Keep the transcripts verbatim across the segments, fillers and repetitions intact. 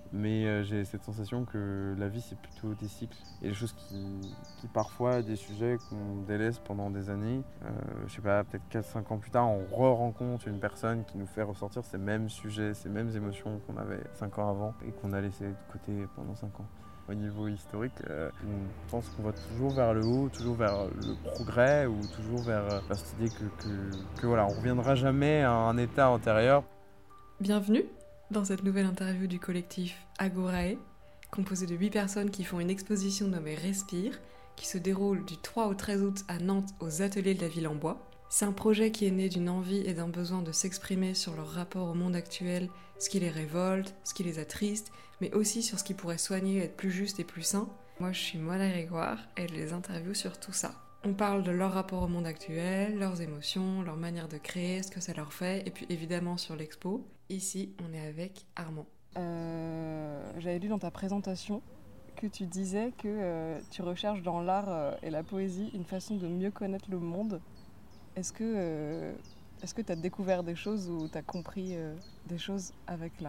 Mais euh, j'ai cette sensation que la vie, c'est plutôt des cycles. Et des choses qui, qui parfois, des sujets qu'on délaisse pendant des années, euh, je sais pas, peut-être quatre cinq ans plus tard, on re-rencontre une personne qui nous fait ressortir ces mêmes sujets, ces mêmes émotions qu'on avait cinq ans avant et qu'on a laissé de côté pendant cinq ans. Au niveau historique, euh, on pense qu'on va toujours vers le haut, toujours vers le progrès ou toujours vers, vers cette idée que, que, que voilà, on reviendra jamais à un état antérieur. Bienvenue dans cette nouvelle interview du collectif Agorae, composé de huit personnes qui font une exposition nommée Respire, qui se déroule du trois au treize août à Nantes aux Ateliers de la Ville en Bois. C'est un projet qui est né d'une envie et d'un besoin de s'exprimer sur leur rapport au monde actuel, ce qui les révolte, ce qui les attriste, mais aussi sur ce qui pourrait soigner et être plus juste et plus sain. Moi je suis Moana Grégoire et je les interviewe sur tout ça. On parle de leur rapport au monde actuel, leurs émotions, leur manière de créer, ce que ça leur fait, et puis évidemment sur l'expo. Ici, on est avec Armand. Euh, j'avais lu dans ta présentation que tu disais que euh, tu recherches dans l'art euh, et la poésie une façon de mieux connaître le monde. Est-ce que euh, est-ce que tu as découvert des choses ou tu as compris euh, des choses avec l'art ?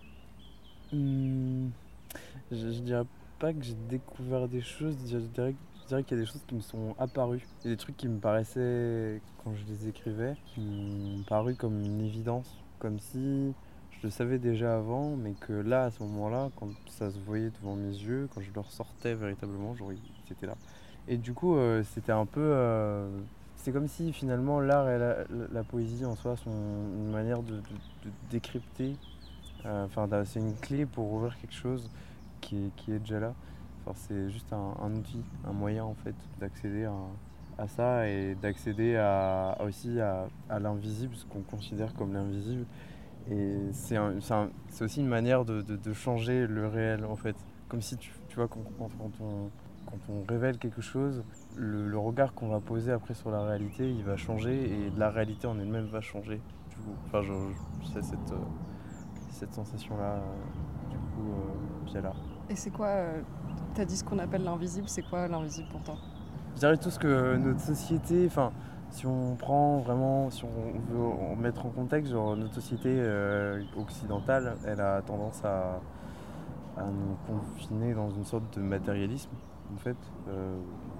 Mmh, je, je dirais pas que j'ai découvert des choses, je dirais, je dirais qu'il y a des choses qui me sont apparues. Il y a des trucs qui me paraissaient, quand je les écrivais, qui m'ont paru comme une évidence, comme si je le savais déjà avant, mais que là, à ce moment-là, quand ça se voyait devant mes yeux, quand je le ressortais véritablement, genre, c'était là. Et du coup, euh, c'était un peu... Euh, c'est comme si finalement l'art et la, la, la poésie en soi sont une manière de, de, de décrypter. Enfin, euh, c'est une clé pour ouvrir quelque chose qui est, qui est déjà là. Enfin, c'est juste un, un outil, un moyen en fait d'accéder à, à ça et d'accéder à, aussi à, à l'invisible, ce qu'on considère comme l'invisible. Et c'est, un, c'est, un, c'est aussi une manière de, de, de changer le réel en fait. Comme si tu, tu vois, quand, quand, quand, on, quand on révèle quelque chose, le, le regard qu'on va poser après sur la réalité, il va changer et la réalité en elle-même va changer. Du coup, enfin, je, je, c'est cette, euh, cette sensation-là, euh, du coup, euh, via l'art. Et c'est quoi, euh, tu as dit ce qu'on appelle l'invisible, c'est quoi l'invisible pour toi ? Je dirais tout ce que notre société, enfin, si on prend vraiment, si on veut mettre en contexte, genre notre société euh, occidentale, elle a tendance à, à nous confiner dans une sorte de matérialisme, en fait. Euh,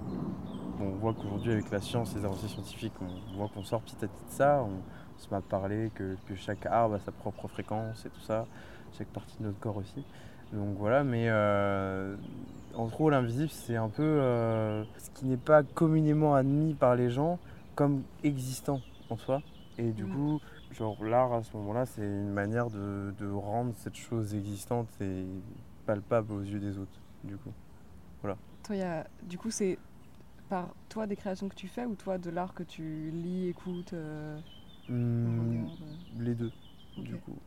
on voit qu'aujourd'hui, avec la science, les avancées scientifiques, on voit qu'on sort petit à petit de ça, on se met à parler que, que chaque arbre a sa propre fréquence et tout ça, chaque partie de notre corps aussi. Donc voilà, mais euh, en gros, l'invisible, c'est un peu euh, ce qui n'est pas communément admis par les gens comme existant en soi. Et du Mmh. coup, genre l'art à ce moment-là, c'est une manière de, de rendre cette chose existante et palpable aux yeux des autres, du coup. Voilà. Toi, y a, du coup, c'est par toi des créations que tu fais ou toi de l'art que tu lis, écoutes, euh, Mmh, regardes euh... les deux, Ok. du coup.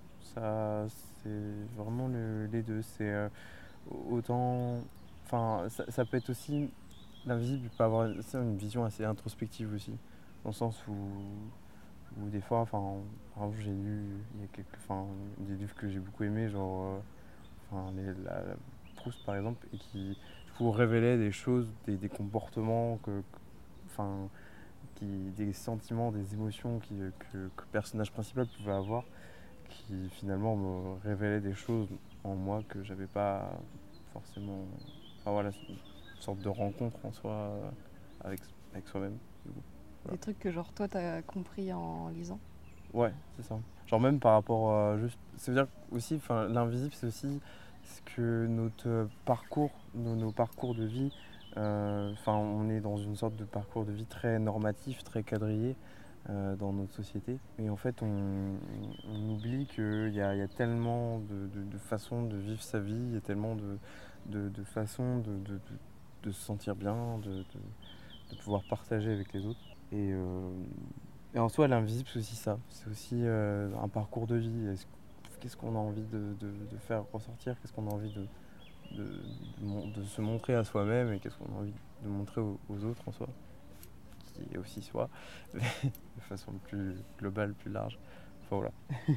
Ça, c'est vraiment le, les deux. C'est euh, autant. Enfin, ça, ça peut être aussi. L'invisible peut avoir c'est une vision assez introspective aussi. Dans le sens où, où des fois, enfin, par exemple, j'ai lu il y a quelques, enfin, des livres que j'ai beaucoup aimés, genre euh, enfin, les, la, la Proust par exemple, et qui du coup révélaient des choses, des, des comportements, que, enfin, qui, des sentiments, des émotions qui, que, que le personnage principal pouvait avoir, qui finalement me révélait des choses en moi que j'avais pas forcément. Enfin voilà, c'est une sorte de rencontre en soi euh, avec, avec soi-même. Du coup. Voilà. Des trucs que genre toi t'as compris en lisant ? Ouais, c'est ça. Genre même par rapport à juste. Ça veut dire aussi, enfin l'invisible c'est aussi ce que notre parcours, nos, nos parcours de vie, enfin euh, on est dans une sorte de parcours de vie très normatif, très quadrillé. Euh, dans notre société. Et en fait, on, on oublie qu'il y a, il y a tellement de, de, de façons de vivre sa vie, il y a tellement de, de, de façons de, de, de, de se sentir bien, de, de, de pouvoir partager avec les autres. Et, euh, et en soi, l'invisible, c'est aussi ça. C'est aussi euh, un parcours de vie. Est-ce, qu'est-ce qu'on a envie de, de, de faire ressortir ? Qu'est-ce qu'on a envie de, de, de, de se montrer à soi-même et qu'est-ce qu'on a envie de montrer aux, aux autres en soi ? Qui est aussi soi, mais de façon plus globale, plus large. Enfin voilà.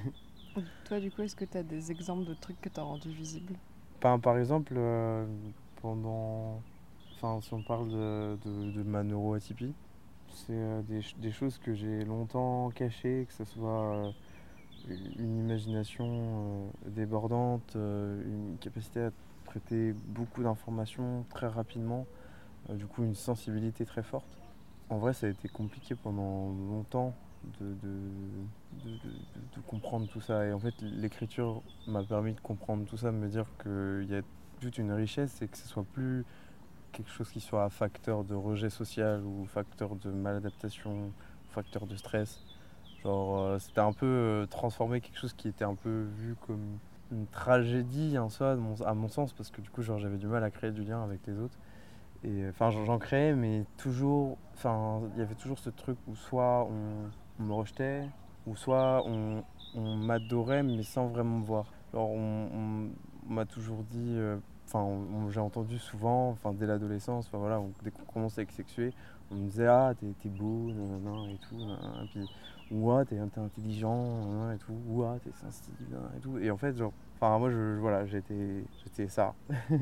Toi, du coup, est-ce que tu as des exemples de trucs que tu as rendus visibles ? Par, par exemple, euh, pendant. Enfin, si on parle de, de, de ma neuroatypie, c'est euh, des, des choses que j'ai longtemps cachées, que ce soit euh, une imagination euh, débordante, euh, une capacité à traiter beaucoup d'informations très rapidement, euh, du coup une sensibilité très forte. En vrai, ça a été compliqué pendant longtemps de, de, de, de, de- de comprendre tout ça. Et en fait, l'écriture m'a permis de comprendre tout ça, de me dire qu'il y a toute une richesse et que ce soit plus quelque chose qui soit un facteur de rejet social ou facteur de maladaptation, facteur de stress. Genre, euh, c'était un peu euh, transformer quelque chose qui était un peu vu comme une tragédie en soi, à mon, à mon sens, parce que du coup, genre, j'avais du mal à créer du lien avec les autres. Et enfin, j'en j'en créais, mais toujours, enfin, il y avait toujours ce truc où soit on, on me rejetait, ou soit on, on m'adorait, mais sans vraiment me voir. Alors, on, on- on m'a toujours dit, euh, enfin, on- on- j'ai entendu souvent, enfin, dès l'adolescence, enfin voilà, on- dès qu'on commençait à être sexué, on me disait ah t'es, t'es beau, nanana, et tout, nanana, puis ou ah t'es, t'es intelligent, nanana, et tout, ou ah t'es sensible, nanana, et tout. Et en fait, genre, enfin moi, je, voilà, j'étais, j'étais ça.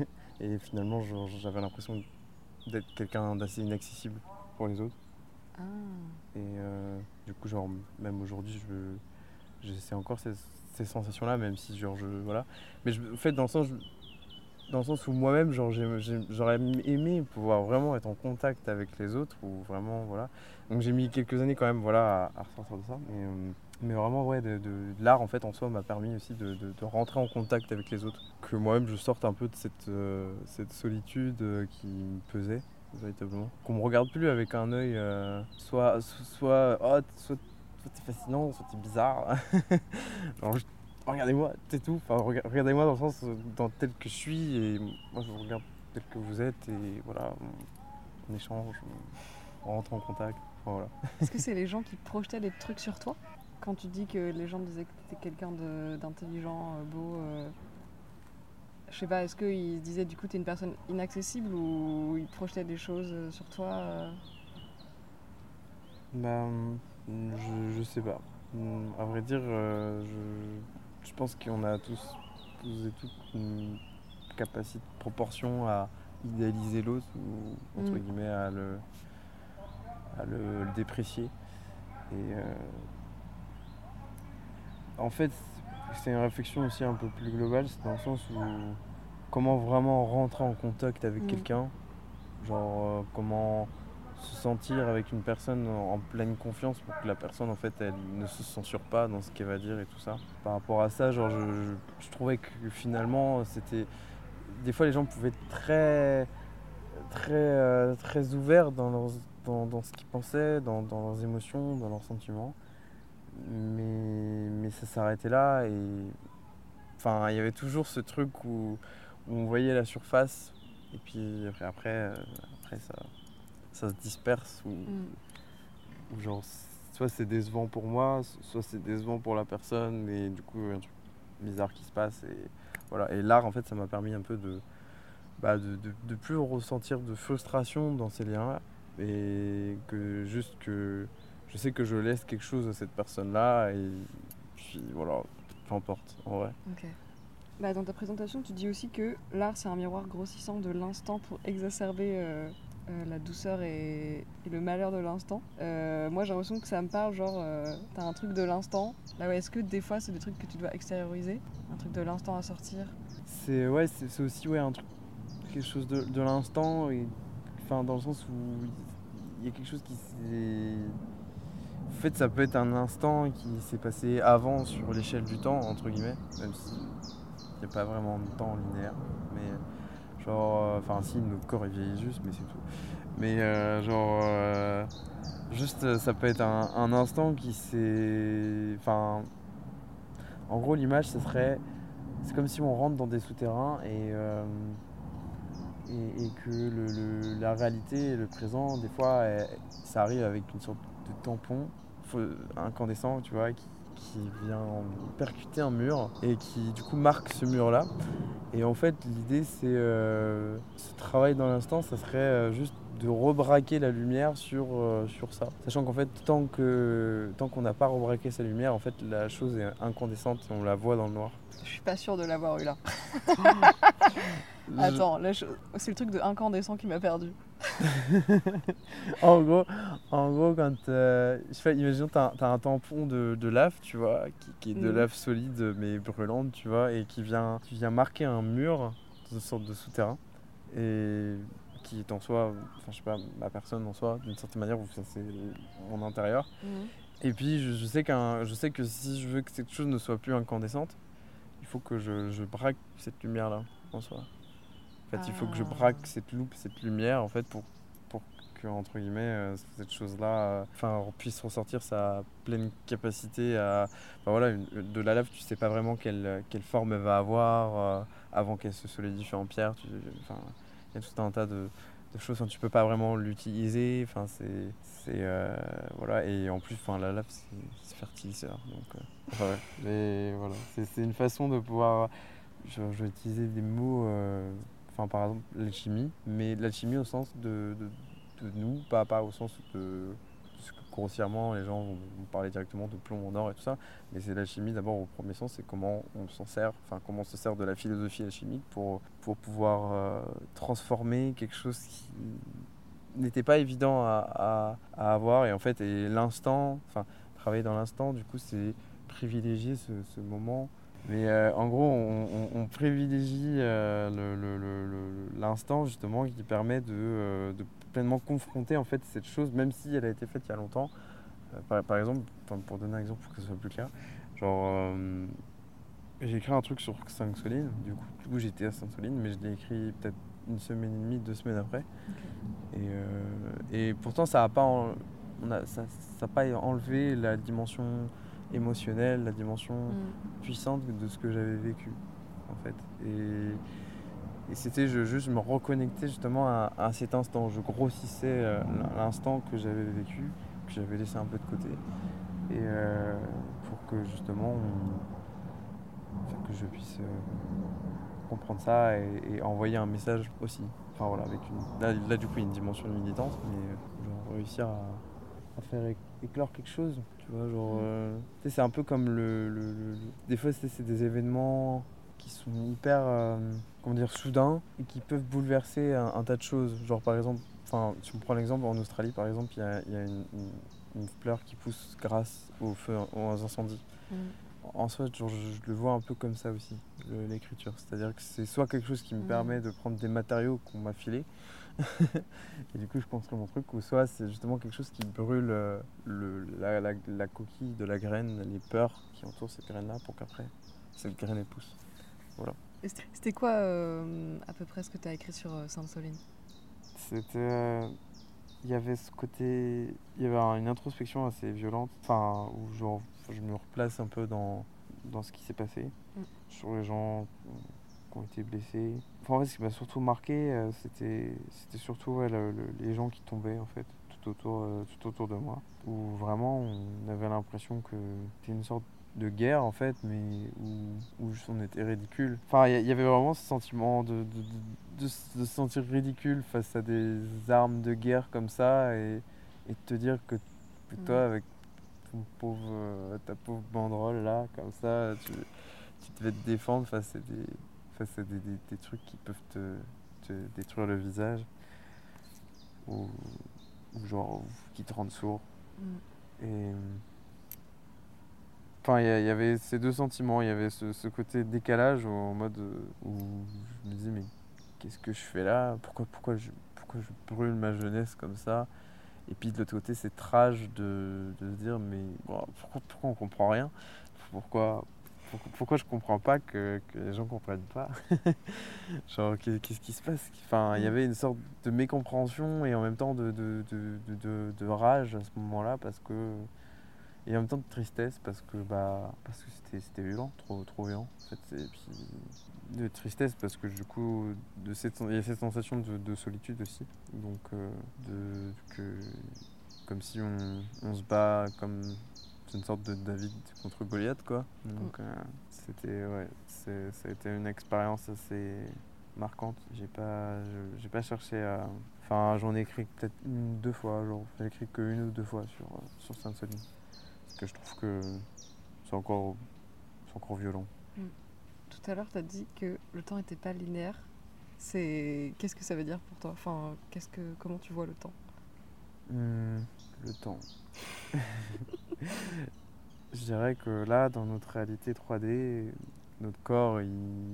Et finalement, genre, j'avais l'impression d'être quelqu'un d'assez inaccessible pour les autres. Ah. Et euh, du coup, genre, même aujourd'hui, je, j'essaie encore ces, ces sensations-là, même si, genre, je, voilà. Mais je, en fait, dans le sens, dans le sens où moi-même, genre, j'ai, j'ai- j'aurais aimé pouvoir vraiment être en contact avec les autres, ou vraiment, voilà. Donc j'ai mis quelques années quand même, voilà, à, à ressortir de ça. Mais, euh, mais vraiment, ouais, de, de- de l'art, en fait, en soi, m'a permis aussi de, de- de rentrer en contact avec les autres. Que moi-même, je sorte un peu de cette, euh, cette solitude euh, qui me pesait, véritablement. Qu'on me regarde plus avec un œil, euh, soit, so- soit, oh, soit, soit t'es fascinant, soit t'es bizarre. Genre, je- regardez-moi, c'est tout. Enfin, rega- regardez-moi dans le sens, euh, dans tel que je suis, et moi, je vous regarde tel que vous êtes, et voilà, on, on échange, on, on rentre en contact. Enfin, voilà. Est-ce que c'est les gens qui projetaient des trucs sur toi? Quand tu dis que les gens disaient que tu étais quelqu'un de- d'intelligent, euh, beau, euh, je sais pas, est-ce qu'ils disaient du coup tu es une personne inaccessible ou ils projetaient des choses euh, sur toi euh Bah, hum, je, je sais pas. Hum, À vrai dire, euh, je, je pense qu'on a tous, tous et toutes une capacité de proportion à idéaliser l'autre ou, entre Mm. guillemets, à le, à le, le déprécier. Et euh, en fait, c'est une réflexion aussi un peu plus globale, c'est dans le sens où comment vraiment rentrer en contact avec Mm. quelqu'un, genre euh, comment se sentir avec une personne en, en pleine confiance pour que la personne en fait elle ne se censure pas dans ce qu'elle va dire et tout ça. Par rapport à ça, genre je, je- je trouvais que finalement c'était des fois les gens pouvaient être très très euh, très ouverts dans leurs dans, dans ce qu'ils pensaient, dans, dans leurs émotions, dans leurs sentiments. Mais, mais ça s'arrêtait là et enfin il y avait toujours ce truc où, où on voyait la surface et puis après après, euh, après ça, ça se disperse ou, Mm. ou genre soit c'est décevant pour moi, soit c'est décevant pour la personne et du coup il y a un truc bizarre qui se passe et voilà. Et l'art en fait ça m'a permis un peu de bah, de, de, de plus ressentir de frustration dans ces liens là et que juste que je sais que je laisse quelque chose à cette personne là et puis voilà, peu importe en vrai. Ok. Bah, dans ta présentation, tu dis aussi que l'art c'est un miroir grossissant de l'instant pour exacerber euh, euh, la douceur et, et le malheur de l'instant. Euh, moi j'ai l'impression que ça me parle, genre euh, t'as un truc de l'instant. Là, ouais, est-ce que des fois c'est des trucs que tu dois extérioriser? Un truc de l'instant à sortir? C'est ouais, c'est c'est aussi ouais, un truc, quelque chose de, de l'instant, et enfin dans le sens où il y a quelque chose qui s'est. En fait, ça peut être un instant qui s'est passé avant sur l'échelle du temps, entre guillemets, même s'il n'y a pas vraiment de temps linéaire. Mais genre, euh, enfin, si, notre corps il vieillit juste, mais c'est tout. Mais euh, genre, euh, juste, euh, ça peut être un, un instant qui s'est. Enfin, en gros, l'image, ce serait. C'est comme si on rentre dans des souterrains et. euh, et, et que le, le- la réalité et le présent, des fois, elle- ça arrive avec une sorte de tampon faut- incandescent, tu vois, qui, qui vient percuter un mur et qui, du coup, marque ce mur-là. Et en fait, l'idée, c'est euh, ce travail dans l'instant, ça serait euh, juste de rebraquer la lumière sur, euh, sur ça. Sachant qu'en fait, tant que tant qu'on n'a pas rebraqué sa lumière, en fait, la chose est incandescente et on la voit dans le noir. Je suis pas sûre de l'avoir eu là. Je- Attends, là, je- c'est le truc de incandescent qui m'a perdu. En gros, en gros, quand euh, je sais pas, imaginons t'as, t'as un tampon de, de lave, tu vois, qui, qui est de Mhm. lave solide mais brûlante, tu vois, et qui vient, qui vient marquer un mur, une sorte de souterrain, et qui est en soi, enfin je sais pas, ma personne en soi, d'une certaine manière, ou ça, c'est mon intérieur. Mhm. Et puis je, je sais qu'un, je sais que si je veux que cette chose ne soit plus incandescente, il faut que je, je braque cette lumière-là en soi. En fait, il faut que je braque Ah. cette loupe, cette lumière, en fait, pour, pour que, entre guillemets, euh, cette chose-là euh, enfin, puisse ressortir sa pleine capacité à... Enfin, voilà, une- de la lave, tu sais pas vraiment quelle, quelle forme elle va avoir euh, avant qu'elle se solidifie en pierre. Tu- Enfin, il y a tout un tas de, de choses. Enfin, tu peux pas vraiment l'utiliser. Enfin, c'est... c'est euh, voilà. Et en plus, enfin, la lave, c'est, c'est fertiliseur. Donc, euh, enfin, ouais. Mais voilà, c'est, c'est une façon de pouvoir... Je, je vais utiliser des mots... euh, enfin par exemple l'alchimie, mais l'alchimie au sens de, de, de nous, pas, pas au sens de, de ce que grossièrement les gens vont, vont parler directement de plomb en or et tout ça, mais c'est l'alchimie d'abord au premier sens, c'est comment on s'en sert, enfin comment on se sert de la philosophie alchimique pour, pour pouvoir euh, transformer quelque chose qui n'était pas évident à, à, à avoir, et en fait et l'instant, enfin travailler dans l'instant, du coup c'est privilégier ce, ce moment. Mais euh, en gros, on, on- on privilégie euh, le- le- le- le- l'instant justement qui permet de, euh, de pleinement confronter en fait cette chose, même si elle a été faite il y a longtemps. Euh, par, par exemple, enfin, pour donner un exemple pour que ce soit plus clair, genre euh, j'ai écrit un truc sur Sainte-Soline, du coup, du coup j'étais à Sainte-Soline, mais je l'ai écrit peut-être une semaine et demie, deux semaines après. Ok. Et, euh, et pourtant, ça n'a pas, en- on a, ça, ça a pas enlevé la dimension émotionnelle, la dimension Mhm. puissante de ce que j'avais vécu, en fait. Et, et c'était je, juste me reconnecter justement à, à cet instant. Je grossissais euh, l'instant que j'avais vécu, que j'avais laissé un peu de côté. Et euh, pour que justement, on- enfin, que je puisse euh, comprendre ça et, et envoyer un message aussi. Enfin voilà, avec une, là, là, du coup il y a une dimension de militance, mais euh, genre réussir à, à faire éc- éclore quelque chose, tu vois, genre... Mhm. euh, tu sais, c'est un peu comme le... le- le- le- Des fois, c'est c'est des événements qui sont hyper, euh, comment dire, soudains et qui peuvent bouleverser un, un tas de choses. Genre par exemple, enfin, si on prend l'exemple, en Australie par exemple, il y a, il y a une, une- une fleur qui pousse grâce aux feux, aux incendies. Mhm. En soi, genre, je, je le vois un peu comme ça aussi, le- l'écriture. C'est-à-dire que c'est soit quelque chose qui me permet Mhm. de prendre des matériaux qu'on m'a filés, et du coup je construis mon truc, ou soit c'est justement quelque chose qui brûle euh, le, la, la- la coquille de la graine, les peurs qui entourent cette graine-là, pour qu'après cette graine elle pousse. Voilà. Et C'était c'était quoi euh, à peu près ce que tu as écrit sur euh, Sainte-Soline? C'était... euh, Il y avait ce côté... Il y avait un- une introspection assez violente, enfin, où genre, je me replace un peu dans, dans ce qui s'est passé, Mm. sur les gens qui ont été blessés. Enfin, en fait, ce qui m'a surtout marqué, euh, c'était, c'était surtout ouais, le- le- les gens qui tombaient, en fait, tout autour, euh, tout autour de moi. Où vraiment, on avait l'impression que c'était une sorte de guerre, en fait, mais où, où on était ridicule. Enfin, il y, y avait vraiment ce sentiment de, de, de, de se de se sentir ridicule face à des armes de guerre comme ça, et, et de te dire que, que Mhm. toi, avec ton pauvre, euh, ta pauvre banderole, là, comme ça, tu, tu devais te défendre face à des, face à des, des, des trucs qui peuvent te, te détruire le visage, ou, ou genre ou qui te rendent sourd. Mhm. Et enfin, il y, y avait ces deux sentiments. Il y avait ce, ce côté décalage en mode euh, où je me disais, mais qu'est-ce que je fais là? Pourquoi, pourquoi, je, pourquoi je brûle ma jeunesse comme ça? Et puis de l'autre côté, cette rage de, de se dire, mais bon, pourquoi, pourquoi on comprend rien? Pourquoi, pourquoi, pourquoi je comprends pas que, que les gens comprennent pas? Genre, qu'est- qu'est-ce qui se passe? Enfin, il y Mhm. avait une sorte de mécompréhension et en même temps de, de, de, de, de- de rage à ce moment-là, parce que... Et en même temps de tristesse, parce que, bah, parce que c'était, c'était violent, trop, trop violent. En fait. Et puis de tristesse, parce que du coup, de cette, il y a cette sensation de, de solitude aussi. Donc, euh, de, que, comme si on, on se bat comme une sorte de David contre Goliath, quoi. Mhm. Donc, euh, c'était, ouais, c'est, ça a été une expérience assez marquante. J'ai pas, je- j'ai pas cherché à. Enfin, j'en ai écrit peut-être une ou deux fois, genre, j'ai écrit qu'une ou deux fois sur, euh, sur Sainte-Soline. Parce que je trouve que c'est encore, c'est encore violent. Mhm. Tout à l'heure, tu as dit que le temps n'était pas linéaire. C'est... Qu'est-ce que ça veut dire pour toi? Enfin, qu'est-ce que... comment tu vois le temps? Hum, le temps. Je dirais que là, dans notre réalité trois D, notre corps, il...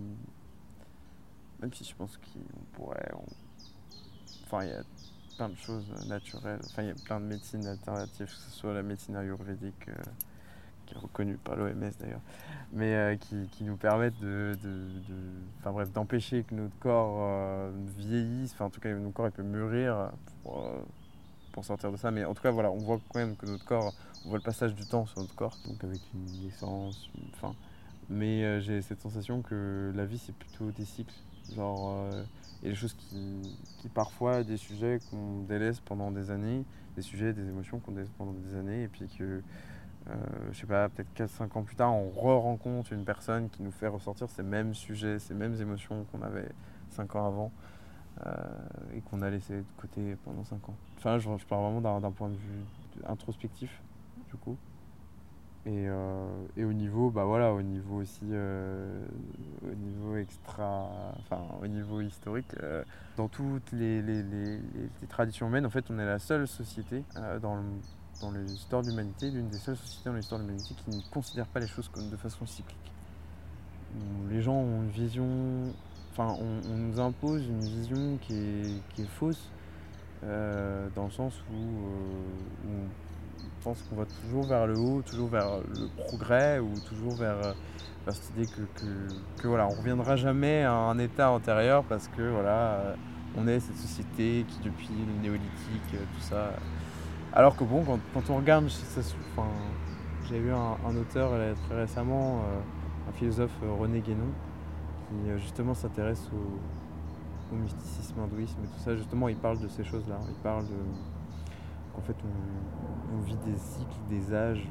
même si je pense qu'on pourrait... on- Enfin, il y a plein de choses naturelles. Enfin, il y a plein de médecines alternatives, que ce soit la médecine ayurvédique, euh, qui est reconnue par l'O M S d'ailleurs, mais euh, qui, qui nous permettent de, de, de- enfin bref, d'empêcher que notre corps euh, vieillisse. Enfin, en tout cas, notre corps il peut mûrir pour, euh, pour sortir de ça. Mais en tout cas, voilà, on voit quand même que notre corps, on voit le passage du temps sur notre corps, donc avec une naissance, une fin. Mais euh, j'ai cette sensation que la vie c'est plutôt des cycles. Genre, euh, il y a des choses qui, qui parfois, des sujets qu'on délaisse pendant des années, des sujets, des émotions qu'on délaisse pendant des années, et puis que, euh, je sais pas, peut-être quatre cinq ans plus tard, on re-rencontre une personne qui nous fait ressortir ces mêmes sujets, ces mêmes émotions qu'on avait cinq ans avant, euh, et qu'on a laissé de côté pendant cinq ans. Enfin, je, je parle vraiment d'un, d'un point de vue introspectif, du coup. Et, euh, et au niveau, bah voilà, au niveau aussi, euh, au niveau extra, enfin au niveau historique, euh, dans toutes les, les, les, les- les traditions humaines, en fait, on est la seule société euh, dans, le- dans l'histoire de l'humanité, l'une des seules sociétés dans l'histoire de l'humanité qui ne considère pas les choses comme de façon cyclique. Où les gens ont une vision, enfin, on, on nous impose une vision qui est, qui est fausse, euh, dans le sens où, euh, où je pense qu'on va toujours vers le haut, toujours vers le progrès ou toujours vers, euh, vers cette idée que, que, que voilà, on reviendra jamais à un état antérieur parce que voilà, euh, on est cette société qui depuis le néolithique, euh, tout ça. Alors que bon, quand, quand on regarde, ça, enfin, j'ai eu un, un auteur euh, très récemment, euh, un philosophe euh, René Guénon, qui euh, justement s'intéresse au, au mysticisme hindouisme et tout ça. Justement, il parle de ces choses-là. Il parle de qu'en fait on, on vit des cycles, des âges,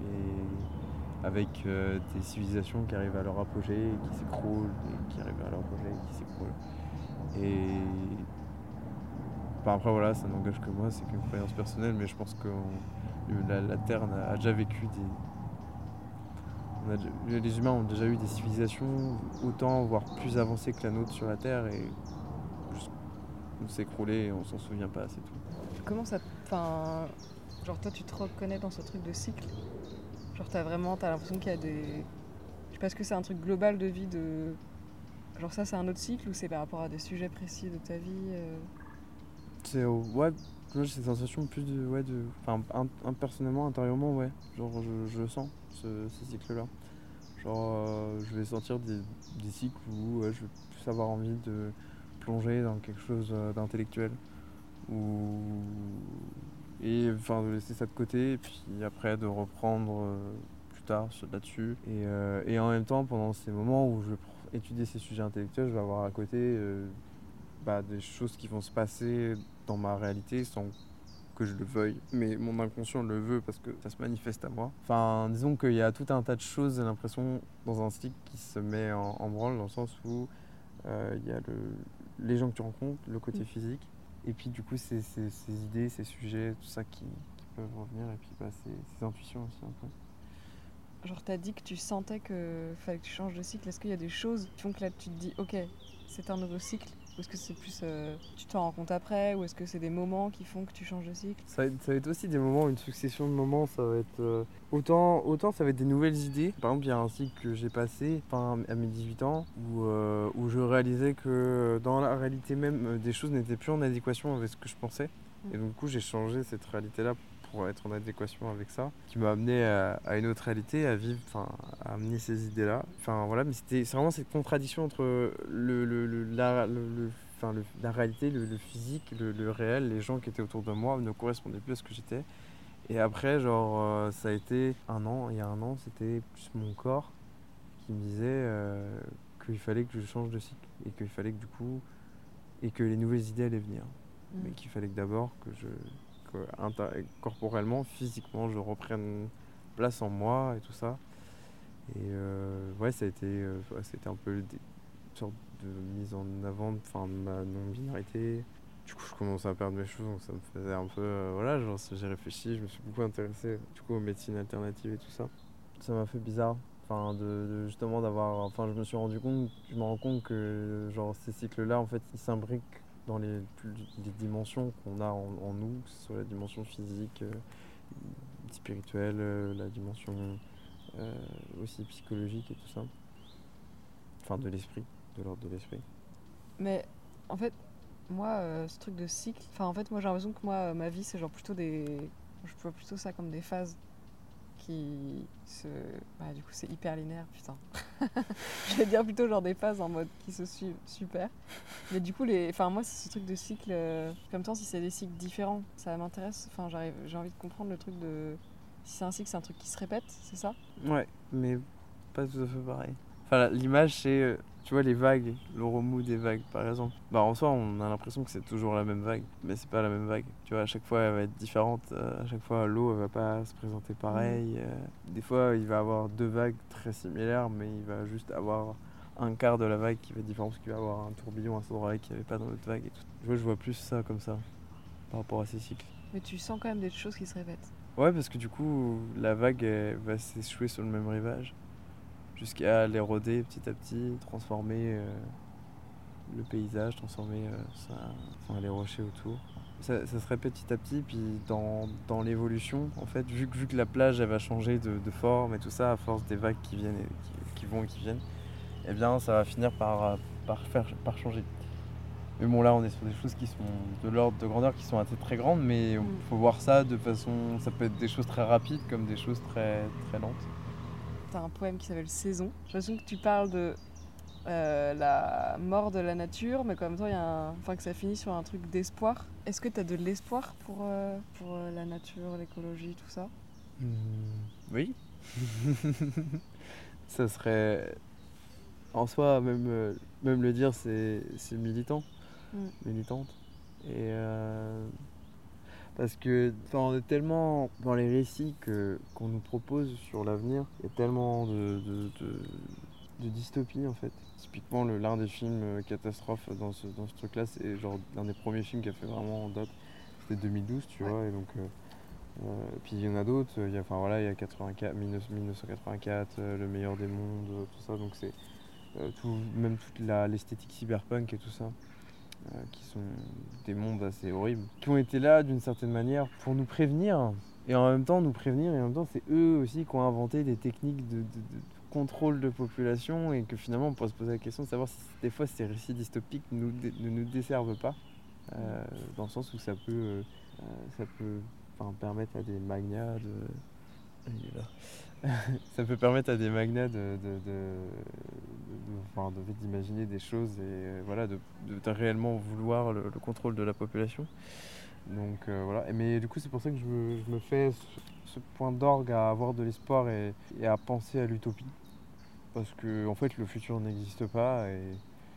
et avec euh, des civilisations qui arrivent à leur apogée et qui s'écroulent, et qui arrivent à leur apogée et qui s'écroulent. Et enfin, après voilà, ça n'engage que moi, c'est qu'une croyance personnelle, mais je pense que on- la, la Terre a, a déjà vécu des... on a déjà- les humains ont déjà eu des civilisations autant, voire plus avancées que la nôtre sur la Terre, et juste on s'est écroulé et on s'en souvient pas, c'est tout. Comment ça... Enfin... Genre toi, tu te reconnais dans ce truc de cycle? Genre t'as vraiment... T'as l'impression qu'il y a des... Je sais pas, est-ce que c'est un truc global de vie de... Genre ça, c'est un autre cycle ou c'est par rapport à des sujets précis de ta vie euh C'est euh, ouais, moi j'ai cette sensation plus de ouais de enfin un, un- personnellement intérieurement ouais, genre je, je le sens ce, ce cycle-là. Genre euh, je vais sentir des, des cycles où ouais, je vais plus avoir envie de plonger dans quelque chose euh, d'intellectuel ou et enfin de laisser ça de côté et puis après de reprendre euh, plus tard sur- là-dessus et, euh, et en même temps pendant ces moments où je vais pr- étudier ces sujets intellectuels je vais avoir à côté euh, bah, des choses qui vont se passer dans ma réalité sans que je le veuille, mais mon inconscient le veut parce que ça se manifeste à moi. Enfin, disons qu'il y a tout un tas de choses, j'ai l'impression, dans un cycle qui se met en, en branle, dans le sens où euh, il y a le, les gens que tu rencontres, le côté Mm. physique, et puis du coup, ces, ces, ces idées, ces sujets, tout ça qui, qui peuvent revenir, et puis bah, ces, ces intuitions aussi un peu. Genre t'as dit que tu sentais que fallait que tu changes de cycle. Est-ce qu'il y a des choses qui font que là tu te dis ok, c'est un nouveau cycle? Ou est-ce que c'est plus euh, tu t'en rends compte après? Ou est-ce que c'est des moments qui font que tu changes de cycle? Ça va, être, ça va être aussi des moments, une succession de moments, ça va être... euh, autant, autant ça va être des nouvelles idées. Par exemple, il y a un cycle que j'ai passé enfin, à mes dix-huit ans où, euh, où je réalisais que euh, dans la réalité même, euh, des choses n'étaient plus en adéquation avec ce que je pensais. Mm. Et donc du coup, j'ai changé cette réalité-là pour être en adéquation avec ça, qui m'a amené à, à une autre réalité, à vivre, enfin, à amener ces idées-là. Enfin voilà, mais c'était c'est vraiment cette contradiction entre le, le, le, la, le, le enfin, le- la réalité, le, le physique, le, le réel, les gens qui étaient autour de moi ne correspondaient plus à ce que j'étais. Et après, genre, euh, ça a été un an, il y a un an, c'était plus mon corps qui me disait euh, qu'il fallait que je change de cycle et qu'il fallait que du coup, et que les nouvelles idées allaient venir. Mm. Mais qu'il fallait que d'abord que je, que inter- corporellement, physiquement, je reprenne place en moi et tout ça. Et euh, ouais, ça a été, euh, ouais, c'était un peu des sortes de mise en avant enfin, de ma non-binarité. Du coup, je commençais à perdre mes cheveux, donc ça me faisait un peu. Euh, voilà, genre, j'ai réfléchi, je me suis beaucoup intéressé du coup aux médecines alternatives et tout ça. Ça m'a fait bizarre. Enfin, de, de justement d'avoir. Enfin, je me suis rendu compte, je me rends compte que genre ces cycles-là, en fait, ils s'imbriquent dans les, les dimensions qu'on a en, en nous, que ce soit la dimension physique, euh, spirituelle, euh, la dimension euh, aussi psychologique et tout ça. Enfin, de l'esprit, de l'ordre de l'esprit. Mais en fait, moi, euh, ce truc de cycle, enfin en fait, moi j'ai l'impression que moi, euh, ma vie, c'est genre plutôt des. Je vois plutôt ça comme des phases qui se. Bah, du coup, c'est hyper linéaire, putain. Je vais dire plutôt genre des phases en mode qui se suivent super. Mais du coup, les... enfin, moi, c'est ce truc de cycle. Euh... Comme temps, si c'est des cycles différents, ça m'intéresse. Enfin, j'arrive... j'ai envie de comprendre le truc de. Si c'est un cycle, c'est un truc qui se répète, c'est ça? Ouais, mais pas tout à fait pareil. Enfin, la- l'image, c'est, euh, tu vois, les vagues, le remous des vagues, par exemple. Bah, en soi, on a l'impression que c'est toujours la même vague, mais c'est pas la même vague. Tu vois, à chaque fois, elle va être différente. euh, à chaque fois, l'eau, elle va pas se présenter pareil. euh. Des fois, il va avoir deux vagues très similaires, mais il va juste avoir un quart de la vague qui va être différent, parce qu'il va avoir un tourbillon à cet endroit-là qu'il n'y avait pas dans l'autre vague et tout. Tu vois, je vois plus ça comme ça, par rapport à ces cycles. Mais tu sens quand même des choses qui se répètent. Ouais, parce que du coup, la vague, elle va s'échouer sur le même rivage, jusqu'à l'éroder petit à petit, transformer euh, le paysage, transformer euh, ça, enfin, les rochers autour. Ça, ça se répète petit à petit, puis dans, dans l'évolution, en fait, vu, que- vu que la plage elle va changer de, de forme et tout ça, à force des vagues qui viennent et qui, qui vont et qui viennent, eh bien ça va finir par, euh, par, faire, par changer. Mais bon, là on est sur des choses qui sont de l'ordre de grandeur, qui sont assez très grandes, mais il Mm. faut voir ça de façon. Ça peut être des choses très rapides comme des choses très, très lentes. T'as un poème qui s'appelle Saison. J'ai l'impression que tu parles de euh, la mort de la nature, mais en même temps, il y a un... enfin, que ça finit sur un truc d'espoir. Est-ce que tu as de l'espoir pour, euh, pour euh, la nature, l'écologie, tout ça? Mmh, oui. Ça serait. En soi, même, euh, même le dire, c'est, c'est militant, Mm. militante. Et. euh, Parce que enfin, on est tellement dans les récits que, qu'on nous propose sur l'avenir, il y a tellement de, de, de, de dystopie en fait. Typiquement, le, l'un des films euh, catastrophes dans ce, dans ce truc-là, c'est genre l'un des premiers films qui a fait vraiment en date. C'était deux mille douze, tu Ouais. vois. Et donc, euh, euh, puis il y en a d'autres. Il y a, enfin voilà, il y a quatre-vingt-quatre, mille neuf cent quatre-vingt-quatre, euh, Le meilleur des mondes, euh, tout ça. Donc c'est euh, tout, même toute la, l'esthétique cyberpunk et tout ça. Euh, qui sont des mondes assez horribles, qui ont été là d'une certaine manière pour nous prévenir, et en même temps nous prévenir, et en même temps c'est eux aussi qui ont inventé des techniques de, de- de contrôle de population, et que finalement on peut se poser la question de savoir si des fois ces récits dystopiques nous dé- ne nous desservent pas, euh, dans le sens où ça peut, euh, euh, ça peut enfin, permettre à des magnats de... Il est là. Ça peut permettre à des magnats de, de, de, de- enfin, de- d'imaginer des choses et euh, voilà, de, de- de réellement vouloir le, le contrôle de la population. Donc euh, voilà. Et mais du coup, c'est pour ça que je me, je me fais ce, ce point d'orgue à avoir de l'espoir et, et à penser à l'utopie. Parce que en fait, le futur n'existe pas et,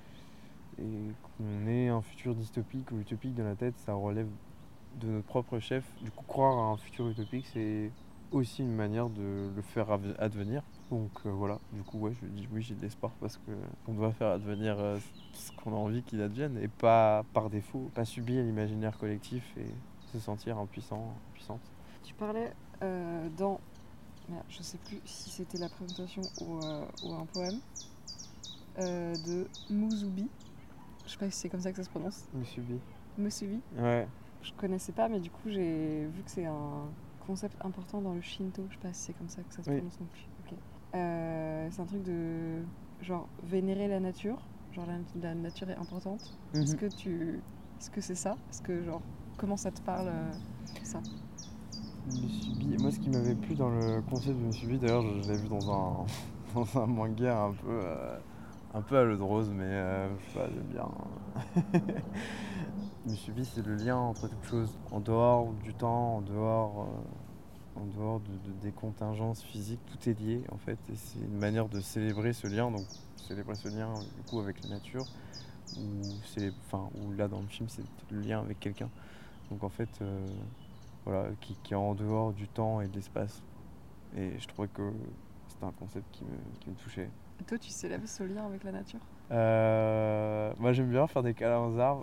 et qu'on ait un futur dystopique ou utopique dans la tête, ça relève de notre propre chef. Du coup, croire à un futur utopique, c'est aussi une manière de le faire av- advenir. Donc euh, voilà, du coup, ouais, je dis oui, j'ai de l'espoir parce que on doit faire advenir euh, ce qu'on a envie qu'il advienne et pas par défaut, pas subir l'imaginaire collectif et se sentir impuissant, impuissante. Tu parlais euh, dans. Merde, je sais plus si c'était la présentation ou, euh, ou un poème euh, de Musubi. Je sais pas si c'est comme ça que ça se prononce. Je me suis dit. Musubi. Ouais. Je connaissais pas, mais du coup, j'ai vu que c'est un concept important dans le Shinto. Je sais pas si c'est comme ça que ça se Oui. prononce non plus. Ok. Euh, c'est un truc de genre vénérer la nature. Genre la, la nature est importante. Est-ce Mhm. que tu, est-ce que c'est ça? Est-ce que genre comment ça te parle euh, ça? Musubi. Moi, ce qui m'avait plu dans le concept de Musubi, d'ailleurs, je, je l'avais vu dans un, dans un manga un peu, euh, un peu à l'eau de rose, mais euh, je sais pas, j'aime bien. Musubi, c'est le lien entre toutes choses, en dehors du temps, en dehors, euh, en dehors de, de- des contingences physiques, tout est lié en fait, et c'est une manière de célébrer ce lien, donc célébrer ce lien du coup avec la nature, ou c'est, enfin, ou là dans le film c'est le lien avec quelqu'un, donc en fait, euh, voilà, qui, qui est en dehors du temps et de l'espace, et je trouvais que c'était un concept qui me, qui me touchait. Et toi, tu célèbres ce lien avec la nature? Euh, moi j'aime bien faire des câlins aux arbres.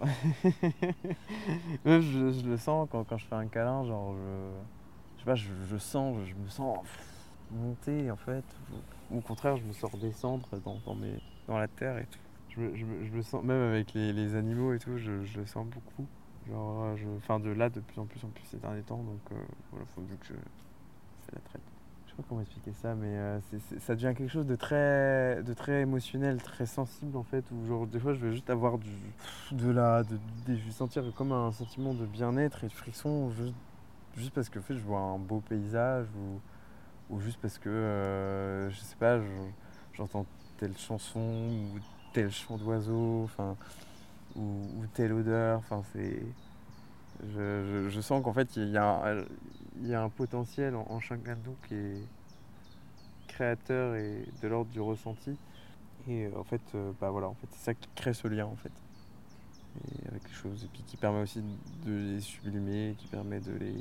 Même je, je le sens quand, quand je fais un câlin, genre je, je sais pas, je, je sens, je me sens pff, monter en fait. au contraire, je me sens redescendre dans, dans, mes, dans la terre et tout. Je, me- je, me- je le sens, même avec les, les animaux et tout, je, je le sens beaucoup. Genre, euh, je, enfin, de là, de plus en plus en plus ces derniers temps, donc euh, voilà, faut vu que je fais la traite. Je sais pas comment expliquer ça, mais euh, c'est, c'est- ça devient quelque chose de très, de très émotionnel, très sensible en fait, où genre des fois je vais juste avoir du, de la, de, de- je vais sentir comme un sentiment de bien-être et de frisson, juste, juste parce que en fait, je vois un beau paysage ou, ou juste parce que, euh, je sais pas, je- j'entends telle chanson ou tel chant d'oiseau, enfin, ou, ou telle odeur, enfin c'est, je, je- je sens qu'en fait il y a, un- il y a un potentiel en, en chacun de nous qui est créateur et de l'ordre du ressenti. Et euh, en fait, euh, bah voilà, en fait, c'est ça qui crée ce lien en fait. Et avec les choses. Et puis qui permet aussi de les sublimer, qui permet de les,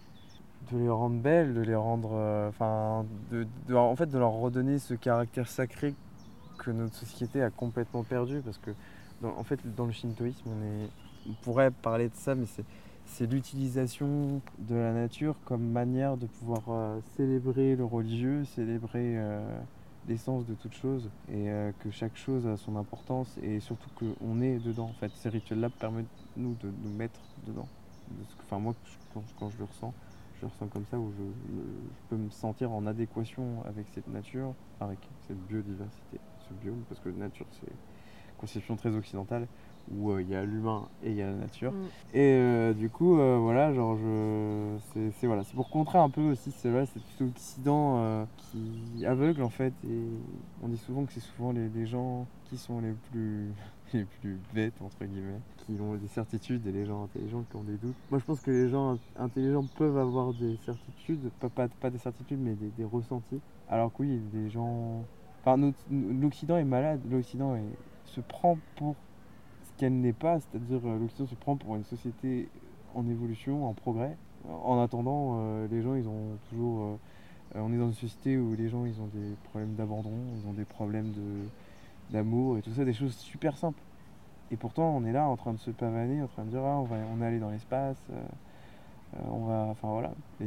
de les rendre belles, de les rendre. euh, Enfin, de, de- en fait, de leur redonner ce caractère sacré que notre société a complètement perdu. Parce que, dans- en fait, dans le shintoïsme, on, est, on pourrait parler de ça, mais c'est, c'est l'utilisation de la nature comme manière de pouvoir euh, célébrer le religieux, célébrer euh, l'essence de toute chose, et euh, que chaque chose a son importance, et surtout qu'on est dedans. En fait, ces rituels-là permettent nous de nous mettre dedans. De ce que- Enfin, moi, quand, quand je le ressens, je le ressens comme ça, où je, me- je peux me sentir en adéquation avec cette nature, avec cette biodiversité, ce biome, parce que la nature, c'est une conception très occidentale, où euh, il y a l'humain et il y a la nature. Mm. Et euh, du coup, euh, voilà, genre, je... c'est, c'est, voilà, c'est pour contrer un peu aussi c'est vrai, cet Occident euh, qui aveugle en fait. Et on dit souvent que c'est souvent les, les gens qui sont les plus, les plus bêtes, entre guillemets, qui ont des certitudes, et les gens intelligents qui ont des doutes. Moi, je pense que les gens intelligents peuvent avoir des certitudes, pas, pas, pas des certitudes, mais des, des ressentis. Alors que oui, les gens. Enfin, notre- l'Occident est malade, l'Occident est- se prend pour ce qu'elle n'est pas, c'est-à-dire euh, l'Occident se prend pour une société en évolution, en progrès. En attendant, euh, les gens, ils ont toujours... euh, euh, on est dans une société où les gens, ils ont des problèmes d'abandon, ils ont des problèmes de, d'amour et tout ça, des choses super simples. Et pourtant, on est là en train de se pavaner, en train de dire, ah, on va, on est allé dans l'espace, euh, euh, on va... Enfin voilà. Et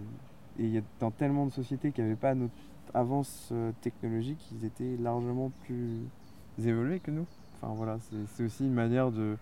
et il y a dans tellement de sociétés qui n'avaient pas notre avance euh, technologique, ils étaient largement plus évolués que nous. Enfin voilà, c'est c'est aussi une manière de,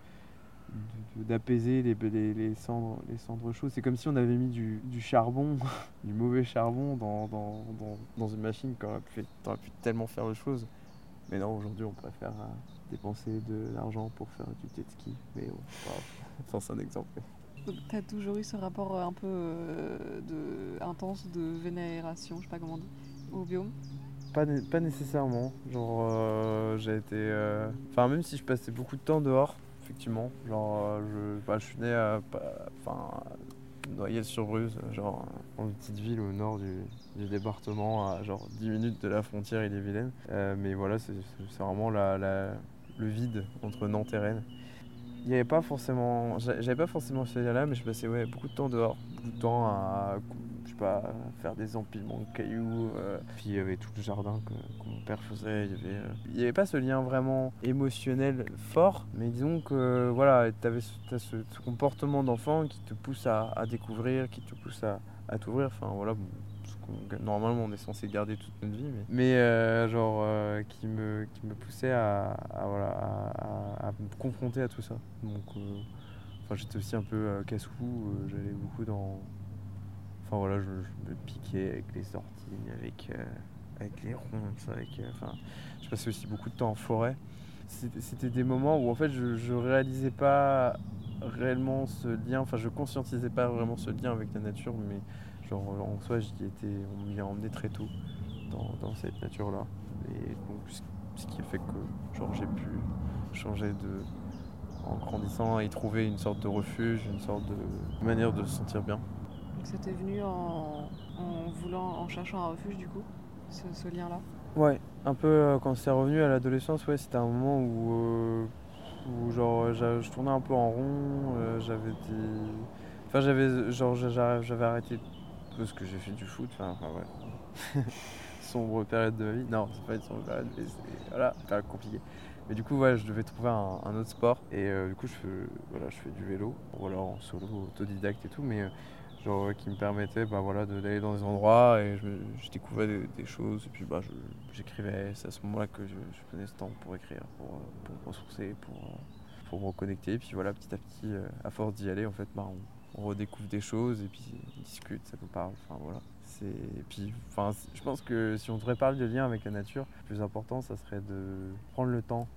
de- d'apaiser les, les, les cendres, les cendres chaudes. C'est comme si on avait mis du, du charbon, du mauvais charbon dans, dans, dans, dans une machine qui aurait pu, qui aurait pu tellement faire de choses. Mais non, aujourd'hui on préfère euh, dépenser de l'argent pour faire du jet ski. Mais bon, voilà. Enfin, c'est un exemple. Donc, t'as toujours eu ce rapport euh, un peu euh, de, intense de vénération, je sais pas comment on dit, au biome. Pas, né- pas nécessairement. Genre, euh, j'ai été. euh, Enfin, même si je passais beaucoup de temps dehors, effectivement. Genre, euh, je, bah, je suis né à. pas- Enfin, à Noyelles-sur-Bruce, genre, dans une petite ville au nord du, du département, à genre dix minutes de la frontière ille-et-Vilaine. Euh, mais voilà, c'est c'est- c'est vraiment la, la- le vide entre Nantes et Rennes. Il y avait pas forcément, j'a- j'avais pas forcément ce lien-là, mais je passais ouais, beaucoup de temps dehors, beaucoup de temps à, je sais pas, à faire des empilements de cailloux. euh. Puis il y avait tout le jardin que, que mon père faisait. Il y avait, euh, il y avait pas ce lien vraiment émotionnel fort, mais disons que voilà, t'avais ce, t'as ce, ce comportement d'enfant qui te pousse à, à découvrir, qui te pousse à, à t'ouvrir. Enfin voilà, bon, ce qu'on- normalement on est censé garder toute notre vie, mais, mais euh, genre euh, qui me qui me poussait à, à, voilà à, à- à me confronter à tout ça. Donc euh, enfin j'étais aussi un peu euh, casse-cou. euh, j'allais beaucoup dans, enfin voilà, je, je me piquais avec les orties, avec euh, avec les ronces, avec euh, enfin je passais aussi beaucoup de temps en forêt. C'était c'était des moments où en fait je, je réalisais pas réellement ce lien, enfin je conscientisais pas vraiment ce lien avec la nature, mais genre en soi j'y étais, on m'y a emmené très tôt dans, dans cette nature là. Et donc ce ce qui a fait que genre j'ai pu changer de, en grandissant, et trouver une sorte de refuge, une sorte de manière de se sentir bien. Donc c'était venu en, en voulant, en cherchant un refuge du coup, ce, ce lien-là. Ouais, un peu euh, quand c'est revenu à l'adolescence, ouais, c'était un moment où, euh, où genre j'a- je tournais un peu en rond, euh, j'avais des... Enfin j'avais genre j'a- j'avais arrêté parce que j'ai fait du foot, enfin, enfin ouais. Sombre période de ma vie. Non, c'est pas une sombre période, mais c'est voilà, période compliquée. Mais du coup, ouais, je devais trouver un, un autre sport. Et euh, du coup, je fais, voilà, je fais du vélo. Ou alors en solo, autodidacte et tout. Mais euh, genre, qui me permettaient bah, voilà, de, d'aller dans des endroits et je, je découvrais des, des choses et puis bah, je, j'écrivais. C'est à ce moment-là que je, je prenais ce temps pour écrire, pour, pour me ressourcer, pour, pour me reconnecter. Et puis voilà, petit à petit, à force d'y aller, en fait, bah, on, on redécouvre des choses et puis on discute, ça nous parle. Enfin voilà. C'est... Et puis, enfin, je pense que si on devrait parler de lien avec la nature, le plus important, ça serait de prendre le temps,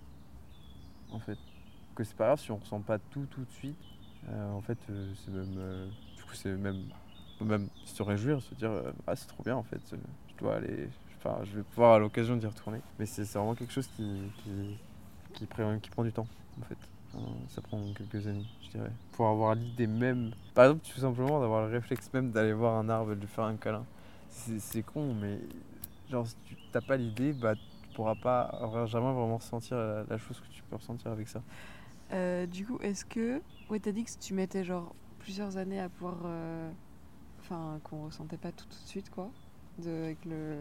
en fait. Que c'est pas grave si on ressent pas tout tout de suite. Euh, en fait, euh, c'est même, euh, du coup, c'est même, on peut même se réjouir, se dire, euh, ah, c'est trop bien, en fait. euh, Je dois aller, enfin, je vais pouvoir à l'occasion d'y retourner. Mais c'est, c'est vraiment quelque chose qui, qui, qui, prend, qui prend du temps, en fait. Enfin, ça prend quelques années, je dirais. Pour avoir l'idée même, par exemple, tout simplement d'avoir le réflexe même d'aller voir un arbre et de lui faire un câlin. C'est, c'est con, mais genre, si tu n'as pas l'idée, bah, tu pourras pas avoir jamais vraiment ressentir la, la chose que tu peux ressentir avec ça. Euh, du coup, est-ce que... Ouais, t'as dit que tu mettais genre plusieurs années à pouvoir... euh, Enfin, qu'on ressentait pas tout tout de suite, quoi. De, avec le...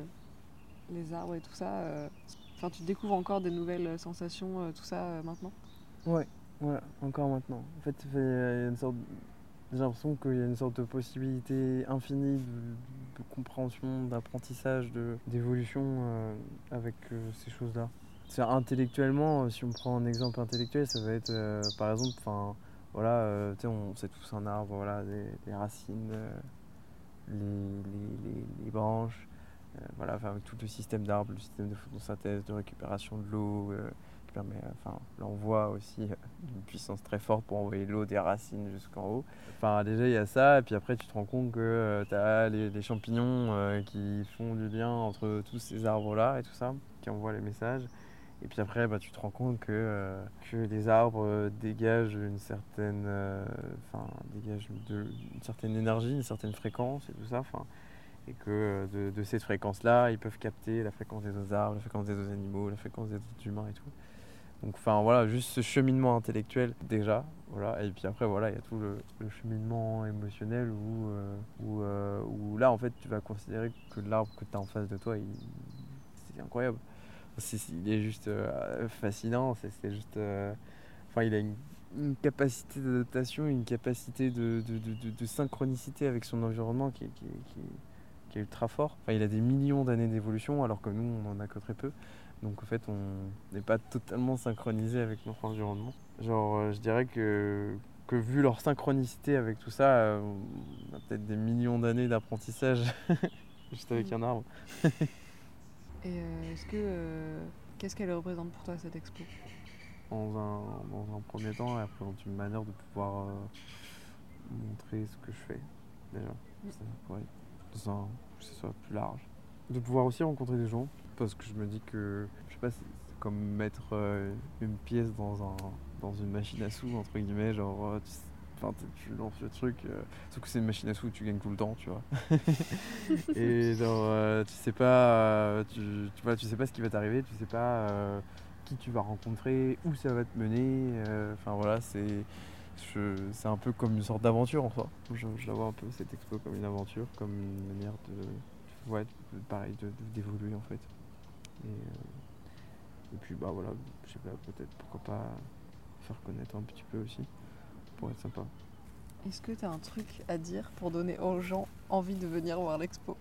les arbres et tout ça. euh, Enfin, tu découvres encore des nouvelles sensations, euh, tout ça, euh, maintenant. Ouais, ouais, encore maintenant. En fait, il y a une sorte... j'ai l'impression qu'il y a une sorte de possibilité infinie de, de compréhension, d'apprentissage, de, d'évolution euh, avec euh, ces choses-là. C'est intellectuellement, euh, si on prend un exemple intellectuel, ça va être euh, par exemple, enfin, voilà, euh, tu sais, on sait tous un arbre, voilà, des, des racines, euh, les, les, les, les branches, euh, voilà, enfin, avec tout le système d'arbres, le système de photosynthèse, de récupération de l'eau, euh, qui permet, euh, enfin, là on voit aussi euh, une puissance très forte pour envoyer l'eau des racines jusqu'en haut. Enfin, déjà il y a ça, et puis après tu te rends compte que euh, tu as les, les champignons euh, qui font du lien entre tous ces arbres-là et tout ça, qui envoient les messages. Et puis après, bah, tu te rends compte que, euh, que les arbres euh, dégagent une certaine, euh, enfin, dégagent de, une certaine énergie, une certaine fréquence et tout ça. Enfin, et que euh, de, de cette fréquence-là, ils peuvent capter la fréquence des autres arbres, la fréquence des autres animaux, la fréquence des autres humains et tout. Donc, enfin, voilà, juste ce cheminement intellectuel déjà. Voilà. Et puis après, voilà, il y a tout le, le cheminement émotionnel où, euh, où, euh, où là, en fait, tu vas considérer que l'arbre que tu as en face de toi, il, c'est incroyable. C'est, il est juste euh, fascinant, c'est, c'est juste... euh, Enfin, il a une, une capacité d'adaptation, une capacité de, de, de, de, de synchronicité avec son environnement qui est, qui, est, qui, est, qui est ultra fort. Enfin, il a des millions d'années d'évolution alors que nous, on en a que très peu. Donc en fait, on n'est pas totalement synchronisé avec notre environnement. Genre, euh, je dirais que, que vu leur synchronicité avec tout ça, euh, on a peut-être des millions d'années d'apprentissage juste avec un arbre. Et euh, est-ce que... euh, Qu'est-ce qu'elle représente pour toi, cette expo? Dans un, dans un premier temps, elle représente une manière de pouvoir euh, montrer ce que je fais, déjà. Mm. Ça pourrait être dans un, que ce soit plus large. De pouvoir aussi rencontrer des gens, parce que je me dis que, je sais pas, c'est, c'est comme mettre euh, une pièce dans, un, dans une machine à sous, entre guillemets, genre, euh, tu, enfin, tu lances le truc, euh, sauf que c'est une machine à sous où tu gagnes tout le temps, tu vois. Et genre, euh, tu sais pas, euh, tu, tu, vois, tu sais pas ce qui va t'arriver, tu sais pas euh, qui tu vas rencontrer, où ça va te mener. euh, Enfin voilà, c'est, je, c'est un peu comme une sorte d'aventure en soi. Je, je la vois un peu cette expo comme une aventure, comme une manière de, ouais, de- pareil, de, de- d'évoluer en fait. Et, euh, et puis bah voilà, je sais pas, peut-être pourquoi pas faire connaître un petit peu aussi, pour être sympa. Est-ce que t'as un truc à dire pour donner aux gens envie de venir voir l'expo?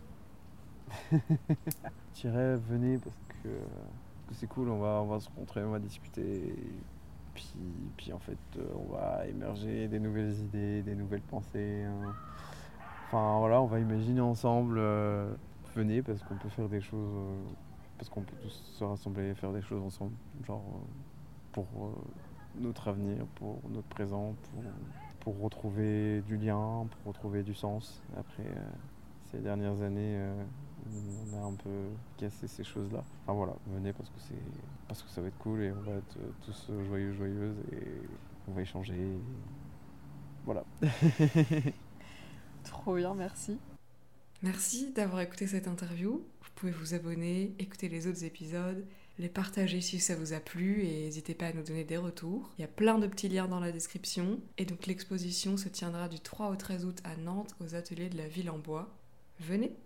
Je dirais venez parce que, euh, que c'est cool, on va, on va se rencontrer, on va discuter. Et puis, puis en fait, euh, on va émerger des nouvelles idées, des nouvelles pensées. hein. Enfin voilà, on va imaginer ensemble. euh, venez parce qu'on peut faire des choses, euh, parce qu'on peut tous se rassembler et faire des choses ensemble. Genre euh, pour euh, notre avenir, pour notre présent, pour, pour retrouver du lien, pour retrouver du sens après euh, ces dernières années. euh, on a un peu cassé ces choses-là. Enfin voilà, venez parce que c'est parce que ça va être cool et on va être euh, tous euh, joyeux, joyeuses et on va échanger. et Voilà. Trop bien, merci. Merci d'avoir écouté cette interview. Vous pouvez vous abonner, écouter les autres épisodes, les partager si ça vous a plu et n'hésitez pas à nous donner des retours. Il y a plein de petits liens dans la description. Et donc l'exposition se tiendra du trois au treize août à Nantes aux ateliers de la Ville en Bois. Venez!